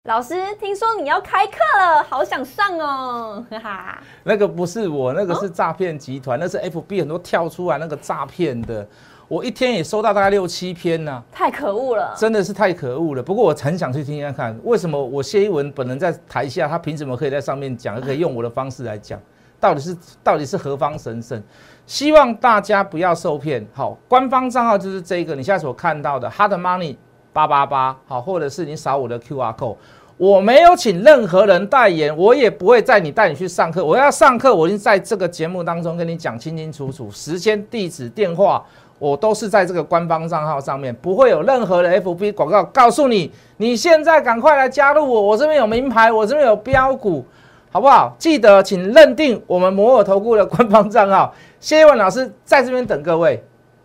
老师，听说你要开课了，好想上哦，哈哈。 那个不是我，那个是诈骗集团，那是 FB 很多跳出来那个诈骗的，我一天也收到大概6、7篇呢、 太可恶了， 真的是太可恶了。不过我很想去听听看，为什么我谢一文本人在台下，他凭什么可以在上面讲，可以用我的方式来讲，到底是何方神圣？希望大家不要受骗。好，官方账号就是这个，你现在所看到的 Hot Money 888，好，或者是你扫我的 QR code。我没有请任何人代言，我也不会带你去上课。我要上课，我已经在这个节目当中跟你讲清清楚楚，时间、地址、电话，我都是在这个官方账号上面，不会有任何的 FB 广告告诉你，你现在赶快来加入我，我这边有名牌，我这边有标股，好不好？记得请认定我们摩尔投顾的官方账号，谢一文老师在这边等各位。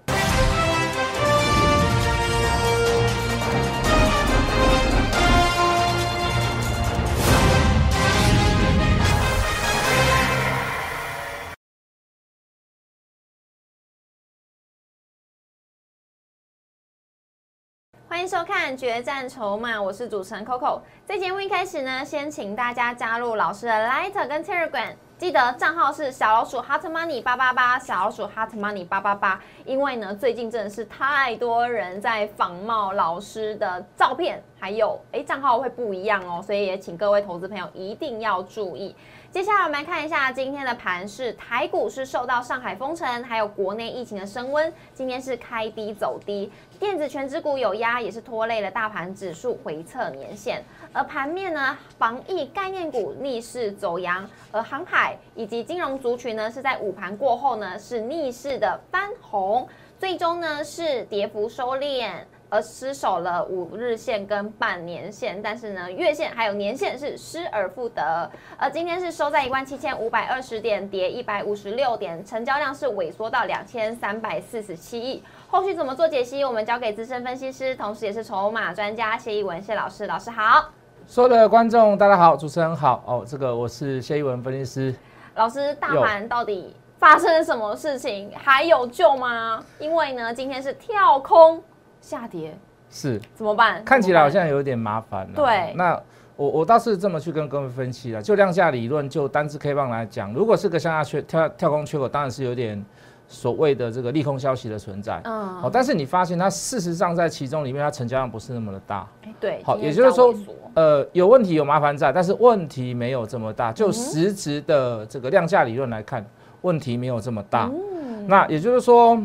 欢迎收看《决战筹码》，我是主持人 Coco。在节目一开始呢，先请大家加入老师的 Light 跟 Telegram， 记得账号是小老鼠 Hot Money 888，小老鼠 Hot Money 888。因为呢，最近真的是太多人在仿冒老师的照片，还有账号会不一样哦，所以也请各位投资朋友一定要注意。接下来我们来看一下今天的盘势，台股是受到上海封城还有国内疫情的升温，今天是开低走低，电子全指股有压，也是拖累了大盘指数回测年线。而盘面呢，防疫概念股逆势走阳，而航海以及金融族群呢是在午盘过后呢是逆势的翻红，最终呢是跌幅收敛。而失守了5日线跟半年线，但是呢，月线还有年线是失而复得。而今天是收在17520点，跌156点，成交量是萎缩到2347亿。后续怎么做解析，我们交给资深分析师，同时也是筹码专家谢一文谢老师。老师好。 所有的观众大家好，主持人好哦，这个我是谢一文分析师。 老师，大盘到底发生了什么事情？还有救吗？因为呢，今天是跳空下跌，是怎么办？ 看起来好像有点麻烦。 对， 那我倒是这么去跟各位分析了，就量价理论，就单只 K 棒来讲，如果是个向下跳空缺口，当然是有点所谓的这个利空消息的存在。好，但是你发现它事实上在其中里面，它成交量不是那么的大。 对， 好，也就是说，有问题有麻烦在，但是问题没有这么大。就实质的这个量价理论来看，问题没有这么大。那也就是说，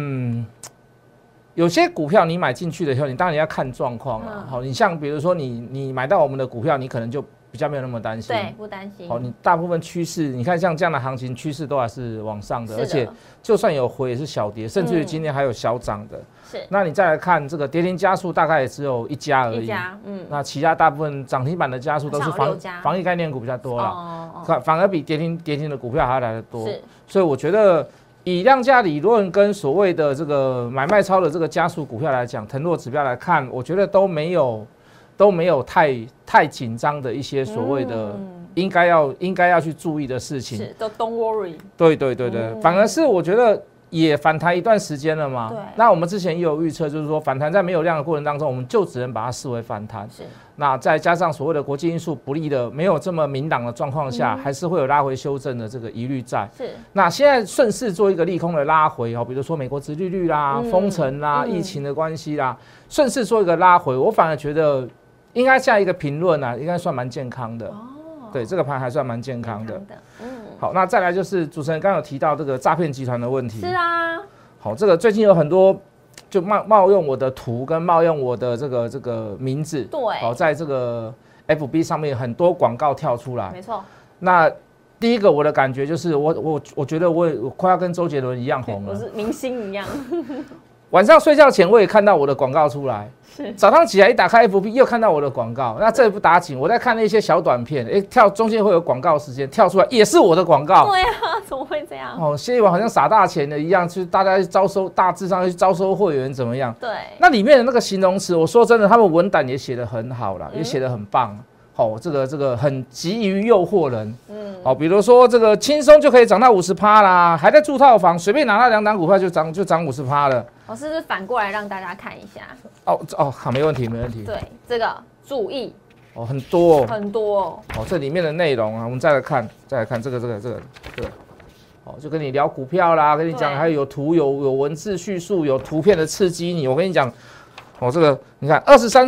有些股票你买进去的时候，你当然要看状况了。好，你像比如说你买到我们的股票，你可能就比较没有那么担心。 对，不担心。 好，你大部分趋势，你看像这样的行情，趋势都还是往上的，而且就算有回也是小跌，甚至于今天还有小涨的。是。那你再来看这个跌停家数，大概也只有1家而已。那其他大部分涨停板的家数都是防疫概念股比较多了，反而比跌停的股票还要来得多。是。所以我觉得，以量价理论跟所谓的这个买卖超的这个家数股票来讲，腾落指标来看，我觉得都没有太紧张的一些所谓的应该要去注意的事情。 是，都 don't worry。 对，反而是我觉得也反弹一段时间了嘛。对。那我们之前也有预测，就是说反弹在没有量的过程当中，我们就只能把它视为反弹。是。那再加上所谓的国际因素不利的、没有这么明朗的状况下，还是会有拉回修正的这个疑虑在。是。那现在顺势做一个利空的拉回哦，比如说美国殖利率啦、封城啦、疫情的关系啦，顺势做一个拉回，我反而觉得应该下一个评论啊，应该算蛮健康的。哦。对，这个盘还算蛮健康的。好，那再来就是主持人刚刚有提到这个诈骗集团的问题。 是啊。 好，这个最近有很多。就冒用我的图跟冒用我的这个名字，对，好，在这个 FB 上面很多广告跳出来， 没错。那第一个我的感觉就是我觉得我快要跟周杰伦一样红了， 我是明星一样。 晚上睡觉前我也看到我的广告出来，早上起来一打开 FB 又看到我的广告，那这也不打紧，我在看那些小短片，跳中间会有广告时间跳出来，也是我的广告。 对啊，怎么会这样？ 哦，谢一文好像撒大钱的一样，就是大家招收大致上去招收会员怎么样？ 对， 那里面的那个形容词，我说真的，他们文胆也写得很好啦，也写得很棒。好，这个很急于诱惑人。好，比如说这个轻松就可以涨到50%啦，还在住套房，随便拿到2档股票就涨50%了。 我是不是反过来让大家看一下？ 好，没问题。 对，这个注意哦，很多哦， 很多哦。 哦，这里面的内容啊，我们再来看这个，哦，就跟你聊股票啦，跟你讲还有图有文字叙述，有图片的刺激你。我跟你讲，哦，这个你看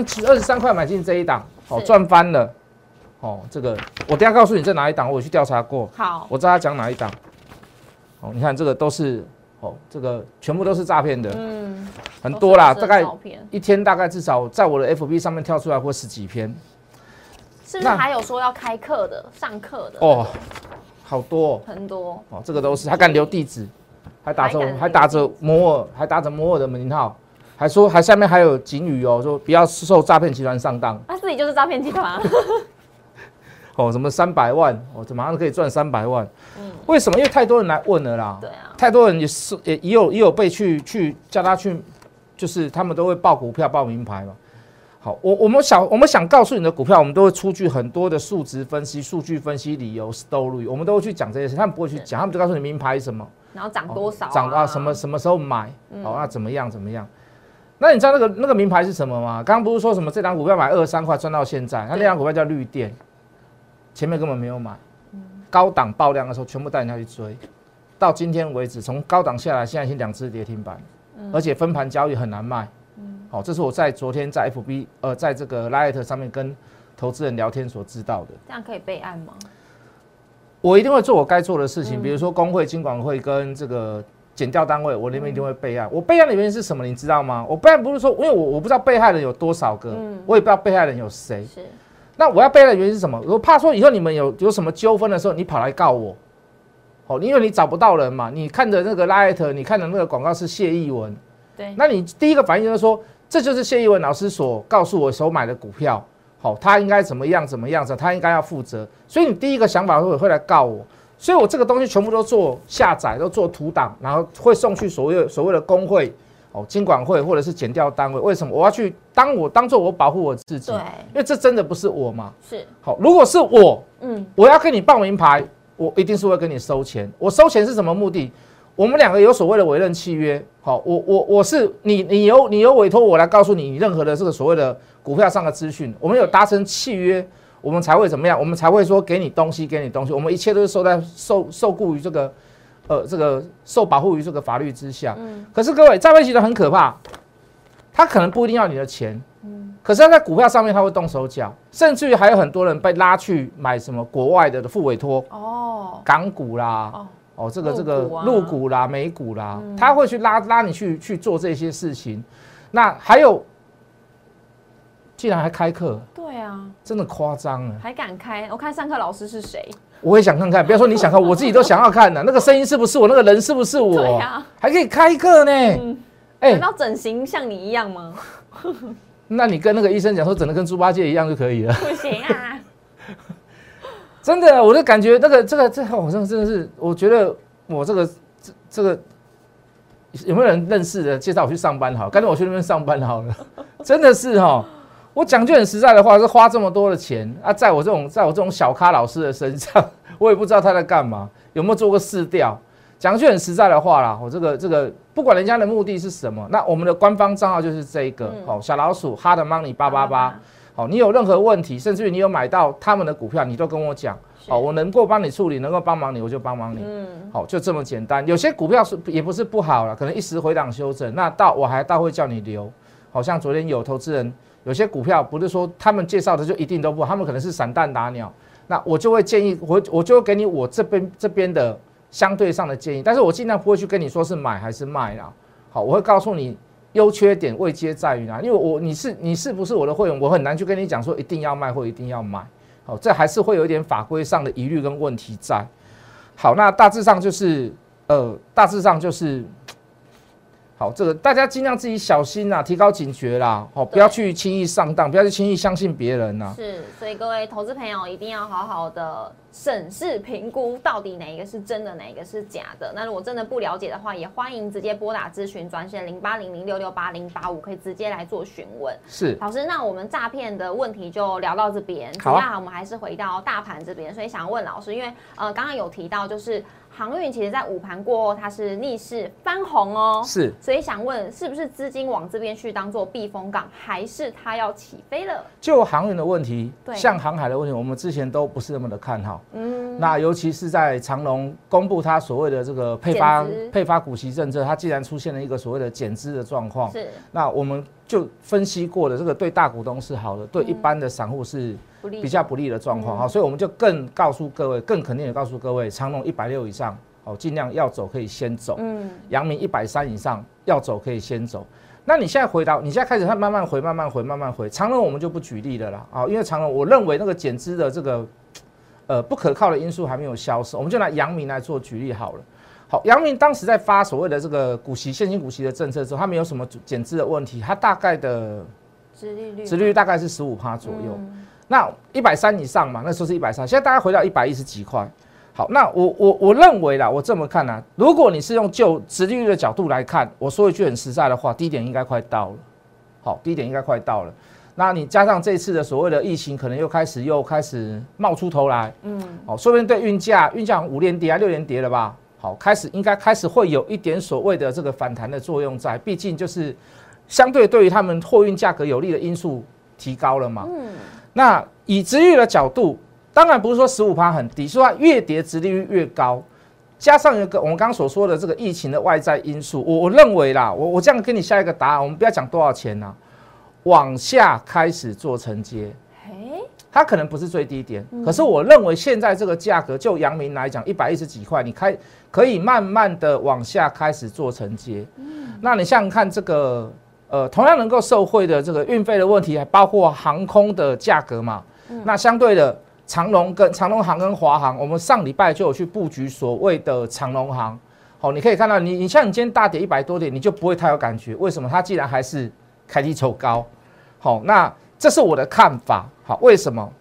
23块买进这一档，哦，赚翻了。哦，这个我等一下告诉你这哪一档，我有去调查过。 好， 我知道他讲哪一档。哦，你看这个都是哦，这个全部都是诈骗的，很多啦，大概一天大概至少在我的 FB 上面跳出来过10几篇。 是不是还有说要开课的、上课的？ 哦，好多、哦， 很多哦，这个都是，还敢留地址，还打着摩尔的门号，还下面还有警语哦，说不要受诈骗集团上当。 他自己就是诈骗集团啊。 哦，什么300万，哦，马上可以赚300万。为什么？因为太多人来问了啦。 对啊。 太多人也有被去叫他去，就是他们都会报股票、报名牌嘛。好，我们想告诉你的股票，我们都会出具很多的数值分析、数据分析、理由 story， 我们都会去讲这些事，他们不会去讲，他们就告诉你名牌什么， 然后涨多少、 涨到什么时候买，好，那怎么样？那你知道那个名牌是什么吗？刚刚不是说什么这档股票买23块赚到现在，那档股票叫绿电，前面根本没有买，高档爆量的时候全部带人家去追，到今天为止，从高档下来，现在已经2只跌停板，而且分盘交易很难卖。好，这是我在昨天在 FB 在这个 Light 上面跟投资人聊天所知道的。 这样可以备案吗？ 我一定会做我该做的事情，比如说工会、金管会跟这个检调单位，我那边一定会备案。我备案的原因是什么？你知道吗？我备案不是说，因为我不知道被害人有多少个，我也不知道被害人有谁。 是。 那我要备案的原因是什么？我怕说以后你们有什么纠纷的时候，你跑来告我。哦，因为你找不到人嘛，你看的那个 Light， 你看的那个广告是谢逸文， 对， 那你第一个反应就是说。这就是谢逸文老师所告诉我所买的股票，好，他应该怎么样，他应该要负责，所以你第一个想法会来告我，所以我这个东西全部都做下载，都做图档，然后会送去所谓的工会、哦金管会或者是检调单位。为什么我要去当做我保护我自己？对，因为这真的不是我嘛。是，好，如果是我，我要跟你报名牌，我一定是会跟你收钱。我收钱是什么目的？我们两个有所谓的委任契约，好，我是你有委托我来告诉你任何的这个所谓的股票上的资讯，我们有达成契约，我们才会怎么样？我们才会说给你东西，我们一切都是受雇于这个受保护于这个法律之下。可是各位，诈骗集团很可怕，他可能不一定要你的钱，可是他在股票上面他会动手脚，甚至于还有很多人被拉去买什么国外的副委托，港股啦。这个陆股啦、美股啦，他会去拉你去做这些事情。那还有，竟然还开课， 对啊， 真的夸张了， 还敢开？我看上课老师是谁？ 我也想看看，不要说你想看，我自己都想要看呢。那个声音是不是我？那个人是不是我？ 对啊， 还可以开课呢。 难道整形像你一样吗？ 那你跟那个医生讲说整得跟猪八戒一样就可以了。 不行啊。 真的，我就感觉这个我真的是，我觉得我这个有没有人认识的介绍我去上班好，干脆我去那边上班好了。真的是哈，我讲句很实在的话，是花这么多的钱啊，在我这种小咖老师的身上，我也不知道他在干嘛，有没有做过市调？讲句很实在的话啦，我这个不管人家的目的是什么，那我们的官方账号就是这个，小老鼠 Hard Money 888。好，你有任何问题，甚至于你有买到他们的股票，你都跟我讲，好，我能够帮你处理，能够帮忙你，我就帮忙你，好，就这么简单。有些股票也不是不好了，可能一时回档修正，那我还会叫你留。好像昨天有投资人，有些股票不是说他们介绍的就一定都不好，他们可能是散弹打鸟，那我就会建议我就会给你我这边的相对上的建议，但是我尽量不会去跟你说是买还是卖啦。好，我会告诉你。优缺点位阶在于哪？因为你是不是我的会员，我很难去跟你讲说一定要卖或一定要买。好，这还是会有一点法规上的疑虑跟问题在。好，那大致上就是好，这个大家尽量自己小心啦，提高警觉啦，好，不要去轻易上当，不要去轻易相信别人啦。 是，所以各位投资朋友一定要好好的审视评估，到底哪一个是真的，哪一个是假的。那如果真的不了解的话，也欢迎直接拨打咨询专线0800668085，可以直接来做询问。 是， 老师，那我们诈骗的问题就聊到这边，主要我们还是回到大盘这边，所以想问老师，因为刚刚有提到就是航运其实在午盘过后，它是逆势翻红哦， 是， 所以想问，是不是资金往这边去当做避风港，还是它要起飞了？ 就航运的问题， 对， 像航海的问题，我们之前都不是那么的看好。那尤其是在长荣公布它所谓的这个配发股息政策，它既然出现了一个所谓的减资的状况， 是， 那我们就分析过的，这个对大股东是好的，对一般的散户是比较不利的状况。好，所以我们就更告诉各位，更肯定的告诉各位，长荣160以上，哦，尽量要走可以先走。阳明130以上要走可以先走。那你现在你现在开始它慢慢回，慢慢回，慢慢回。长荣我们就不举例了啦，啊，因为长荣我认为那个减资的这个不可靠的因素还没有消失，我们就拿阳明来做举例好了。好，阳明当时在发所谓的这个现金股息的政策之后，它没有什么减资的问题，它大概的殖利率大概是15%左右。那130以上嘛，那时候是130，现在大概回到110几块。好，那我认为啦，我这么看啊，如果你是用就殖利率的角度来看，我说一句很实在的话，低点应该快到了。好，低点应该快到了。那你加上这次的所谓的疫情，可能又开始冒出头来，好，说不定对运价5连跌啊6连跌了吧？好，应该开始会有一点所谓的这个反弹的作用在，毕竟就是相对对于他们货运价格有利的因素提高了嘛。那以殖利率的角度，当然不是说15%很低，是说越跌殖利率越高，加上一个我们刚刚所说的这个疫情的外在因素，我认为啦，我这样给你下一个答案，我们不要讲多少钱啦，往下开始做承接。它可能不是最低点，可是我认为现在这个价格，就阳明来讲，110几块，你可以慢慢的往下开始做承接。那你想想看，这个同样能够受惠的这个运费的问题，还包括航空的价格嘛。那相对的，长荣航跟华航，我们上礼拜就有去布局所谓的长荣航。好，你可以看到，你像你今天大跌100多点，你就不会太有感觉。为什么？它既然还是开低走高。好，那这是我的看法。好，为什么？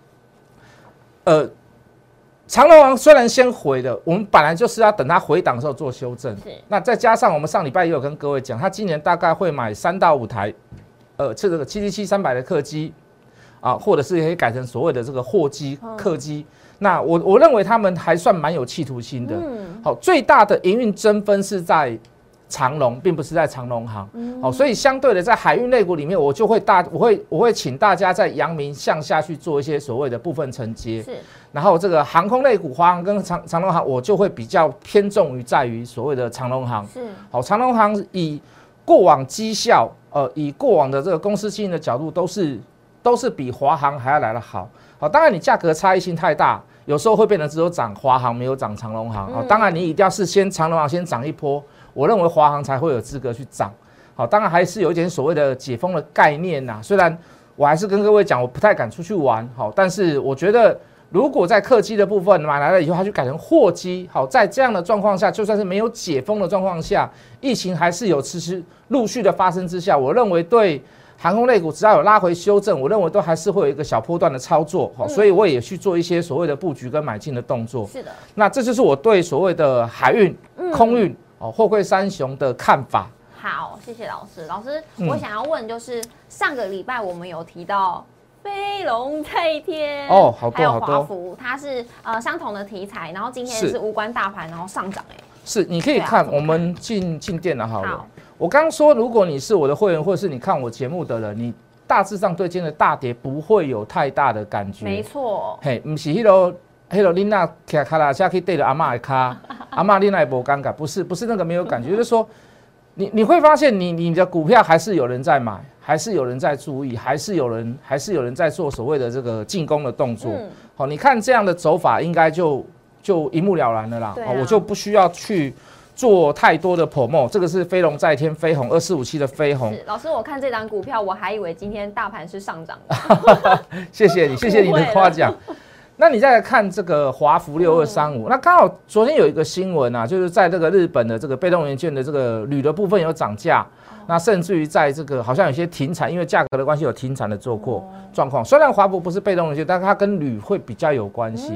长荣航虽然先回的，我们本来就是要等它回档的时候做修正。那再加上我们上礼拜也有跟各位讲，他今年大概会买3到5台，这个777-300的客机啊，或者是可以改成所谓的这个货机、客机。那我认为他们还算蛮有企图心的。好，最大的营运争分是在长荣，并不是在长荣航。好，所以相对的，在海运类股里面，我会请大家在阳明向下去做一些所谓的部分承接。是。然后这个航空类股，华航跟长荣航，我就会比较偏重于在于所谓的长荣航。是。好，长荣航以过往绩效，以过往的这个公司经营的角度，都是比华航还要来得好。好，当然你价格差异性太大，有时候会变成只有涨华航，没有涨长荣航。好，当然你一定要是先长荣航先涨一波。我认为华航才会有资格去涨，好，当然还是有一点所谓的解封的概念呐。虽然我还是跟各位讲，我不太敢出去玩，好，但是我觉得如果在客机的部分买来了以后，它去改成货机，好，在这样的状况下，就算是没有解封的状况下，疫情还是有陆续的发生之下，我认为对航空类股只要有拉回修正，我认为都还是会有一个小波段的操作，好，所以我也去做一些所谓的布局跟买进的动作。是的，那这就是我对所谓的海运、空运。货柜三雄的看法。 好，谢谢老师。老师，我想要问就是上个礼拜我们有提到飞龙在天好多还有华孚，它是相同的题材，然后今天是无关大盘，然后上涨是，你可以看，我们进电脑好了。我刚刚说，如果你是我的会员，或者是你看我节目的人，你大致上对今天的大跌不会有太大的感觉。 没错。 嘿，不是你那卡拉下去对着阿嬷的卡，阿嬷你那也不尴尬，不是那个没有感觉，就是说你会发现你的股票还是有人在买，还是有人在注意，还是有人在做所谓的这个进攻的动作。好，你看这样的走法应该就一目了然了啦。我就不需要去做太多的 promo， 这个是飞龙在天飞鸿2457的飞鸿。 老师，我看这档股票，我还以为今天大盘是上涨的。 谢谢你的夸奖。那你再来看这个华孚6235，那刚好昨天有一个新闻啊，就是在这个日本的这个被动元件的这个铝的部分有涨价，那甚至于在这个好像有些停产，因为价格的关系有停产的状况。虽然华孚不是被动元件，但是它跟铝会比较有关系。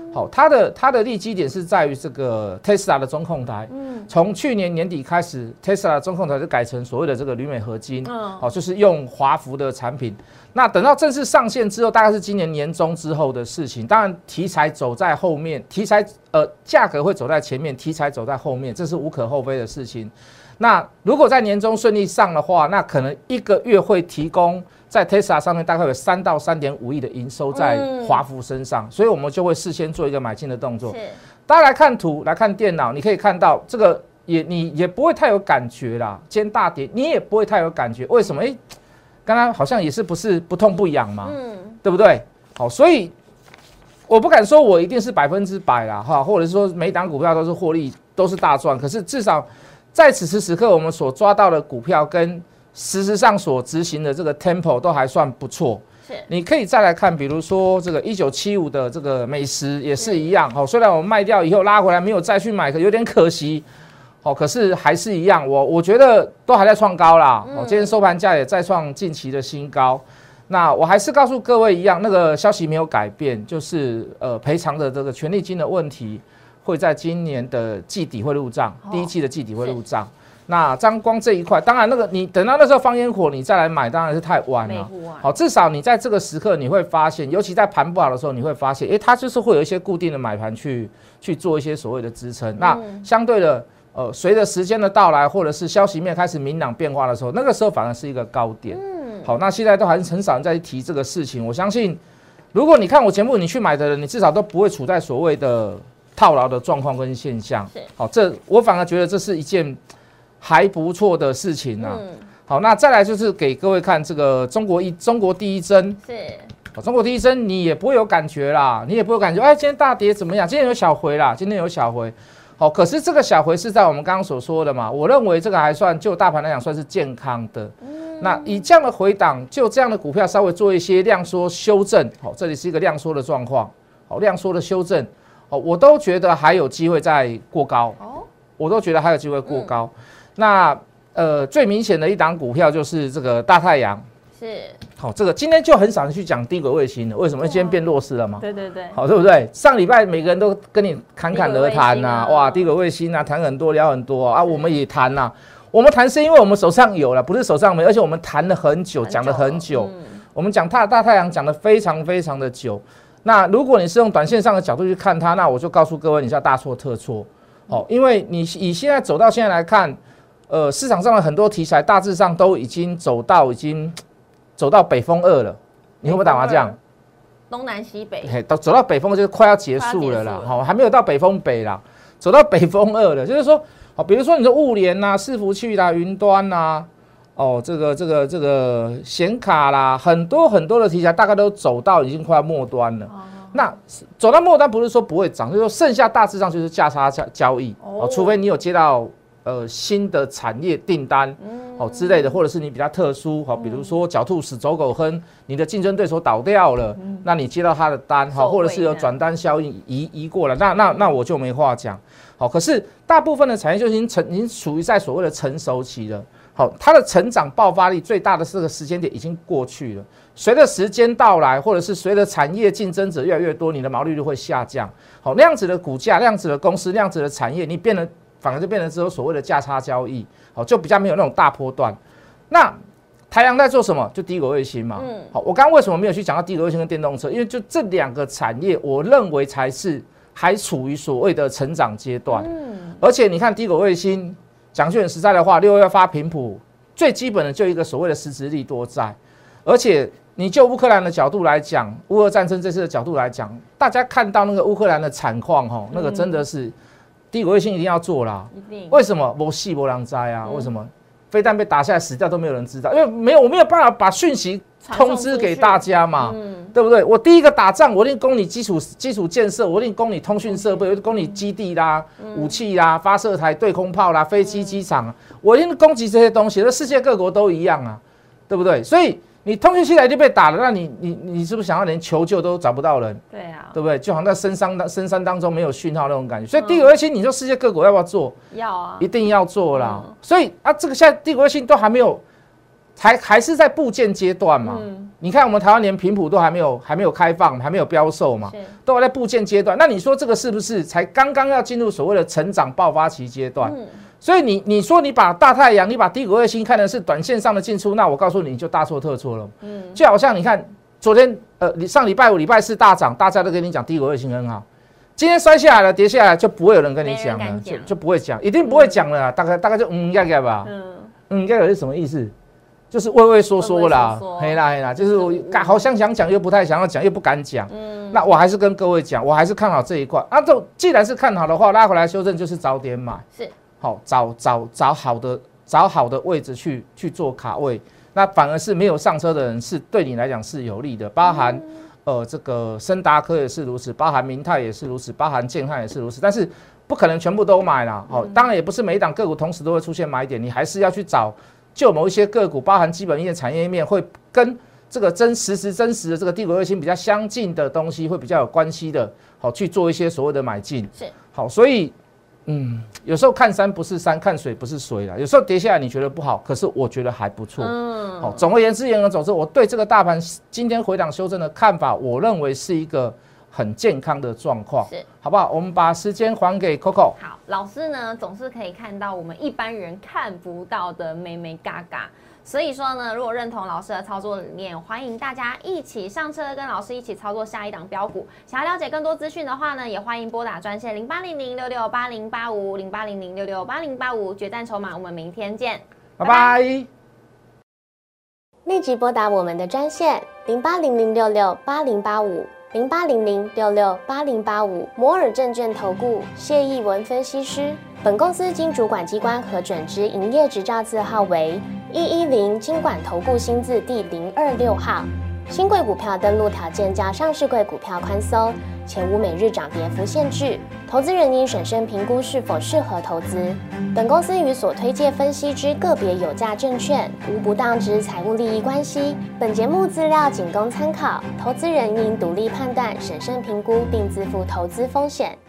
好，它的利基点是在于这个 Tesla 的中控台，从去年年底开始 ，Tesla 的中控台就改成所谓的这个铝镁合金，好，就是用华孚的产品。那等到正式上线之后，大概是今年年中之后的事情。当然，题材走在后面，价格会走在前面，题材走在后面，这是无可厚非的事情。那如果在年终顺利上的话，那可能1个月会提供在 Tesla 上面大概有3到3.5亿的营收在华孚身上，所以我们就会事先做一个买进的动作。大家来看图，来看电脑，你可以看到这个你也不会太有感觉啦，今天大跌你也不会太有感觉，为什么？刚刚好像也是不痛不痒嘛，对不对？好，所以我不敢说我一定是100%啦，哈，或者是说每一档股票都是获利都是大赚，可是至少在此时此刻我们所抓到的股票跟事实上所执行的这个 tempo 都还算不错。你可以再来看，比如说这个1975的这个美食也是一样，虽然我们卖掉以后拉回来没有再去买，有点可惜。可是还是一样，我觉得都还在创高啦。今天收盘价也再创近期的新高。那我还是告诉各位一样，那个消息没有改变，就是赔偿的这个权利金的问题会在今年的季底会入账，第一季的季底会入账。那光这一块，当然那个你等到那时候放烟火你再来买，当然是太晚了。好，至少你在这个时刻你会发现，尤其在盘不好的时候，你会发现，它就是会有一些固定的买盘去做一些所谓的支撑。那相对的。随着时间的到来，或者是消息面开始明朗变化的时候，那个时候反而是一个高点。好，那现在都还是很少人在提这个事情。我相信，如果你看我节目，你去买的人，你至少都不会处在所谓的套牢的状况跟现象。好，我反而觉得这是一件还不错的事情啊。好，那再来就是给各位看这个中国第一针。中国第一针你也不会有感觉啦，你也不会有感觉，今天大跌怎么样？今天有小回啦，今天有小回。好，可是这个小回是在我们刚刚所说的嘛，我认为这个还算就大盘来讲算是健康的。那以这样的回档，就这样的股票稍微做一些量缩修正，好，这里是一个量缩的状况，好，量缩的修正，好，我都觉得还有机会再过高，我都觉得还有机会过高。那最明显的一档股票就是这个大太阳。好，这个今天就很少人去讲低轨卫星了，为什么？因为今天变弱势了嘛。对，好，对不对？上礼拜每个人都跟你侃侃而谈呐，哇，低轨卫星啊，谈很多，聊很多啊，我们也谈呐。我们谈是因为我们手上有了，不是手上没，而且我们谈了很久，讲了很久。我们讲大太阳讲了非常非常的久。那如果你是用短线上的角度去看它，那我就告诉各位，你是要大错特错。因为你以现在走到现在来看，市场上的很多题材大致上都已经走到北风2了，你会不会打麻将？ 东南西北， 走到北风就是快要结束了啦，还没有到北风北啦，走到北风2了，就是说，比如说你的物联啦、伺服器啦、云端啦，这个显卡啦，很多很多的题材大概都走到已经快要末端了。那走到末端不是说不会涨，就是说剩下大致上就是价差交易，除非你有接到新的产业订单。之类的，或者是你比较特殊，比如说狡兔死走狗烹，你的竞争对手倒掉了，那你接到他的单，或者是有转单效应移过来，那我就没话讲。好，可是大部分的产业就已经处于在所谓的成熟期了。好，它的成长爆发力最大的这个时间点已经过去了。随着时间到来，或者是随着产业竞争者越来越多，你的毛利率会下降。好，那样子的股价、那样子的公司、那样子的产业，你反而就变成只有所谓的价差交易，好，就比较没有那种大波段。那太阳在做什么？就低轨卫星嘛。好，我刚刚为什么没有去讲到低轨卫星跟电动车？因为就这2个产业，我认为才是还处于所谓的成长阶段。而且你看低轨卫星，讲句很实在的话，6月要发频谱，最基本的就一个所谓的实质利多在。而且你就乌克兰的角度来讲，乌俄战争这次的角度来讲，大家看到那个乌克兰的惨况，那个真的是。低轨卫星一定要做啦，为什么？没戏没人知啊？为什么？飞弹被打下来死掉都没有人知道，因为我没有办法把讯息通知给大家嘛，对不对？我第一个打仗，我一定供你基础建设，我一定供你通讯设备，我一定供你基地啦、武器啦、发射台、对空炮啦、飞机、机场，我一定攻击这些东西。那世界各国都一样啊，对不对？所以你通讯器材就被打了，那你是不是想要连求救都找不到人？对啊，对不对？就好像在深山当中没有讯号那种感觉。所以低轨卫星，你说世界各国要不要做？要啊，一定要做啦。所以这个现在低轨卫星都还没有还是在布建阶段嘛。你看我们台湾连频谱都还没有开放，还没有标售嘛，都还在布建阶段。那你说这个是不是才刚刚要进入所谓的成长爆发期阶段？所以你说你把大太阳，你把低轨卫星看的是短线上的进出，那我告诉你，你就大错特错了。就好像你看昨天上礼拜五、礼拜四大涨，大家都跟你讲低轨卫星很好。今天摔下来了，跌下来就不会有人跟你讲了，就不会讲，一定不会讲了啦。大概就该吧，该是什么意思？就是畏畏缩缩啦，黑啦，就是我好像想讲又不太想要讲，又不敢讲。那我还是跟各位讲，我还是看好这一块啊。既然是看好的话，拉回来修正就是早点买，是好找好的位置去做卡位。那反而是没有上车的人是对你来讲是有利的，包含这个森达科也是如此，包含明泰也是如此，包含建汉也是如此。但是不可能全部都买啦，当然也不是每一档个股同时都会出现买点，你还是要去找。就某一些个股，包含基本面、产业面，会跟这个真实的这个低轨卫星比较相近的东西，会比较有关系的，好去做一些所谓的买进。是好，所以有时候看山不是山，看水不是水啦。有时候跌下来你觉得不好，可是我觉得还不错。好，总而言之，总之，我对这个大盘今天回档修正的看法，我认为是一个很健康的状况，是好不好？我们把时间还给 Coco。 好，老师呢总是可以看到我们一般人看不到的眉眉嘎嘎，所以说呢，如果认同老师的操作理念，欢迎大家一起上车，跟老师一起操作下一档标股。想要了解更多资讯的话呢，也欢迎拨打专线08006680850800668085决战筹码。我们明天见， 拜拜。 立即拨打我们的专线08006680850800668085摩尔证券投顾谢逸文分析师。本公司经主管机关核准之营业执照字号为110金管投顾新字第026号。新贵股票登录条件较上市贵股票宽松，且无每日涨跌幅限制。投资人应审慎评估是否适合投资。本公司与所推介分析之个别有价证券无不当之财务利益关系。本节目资料仅供参考，投资人应独立判断、审慎评估，并自负投资风险。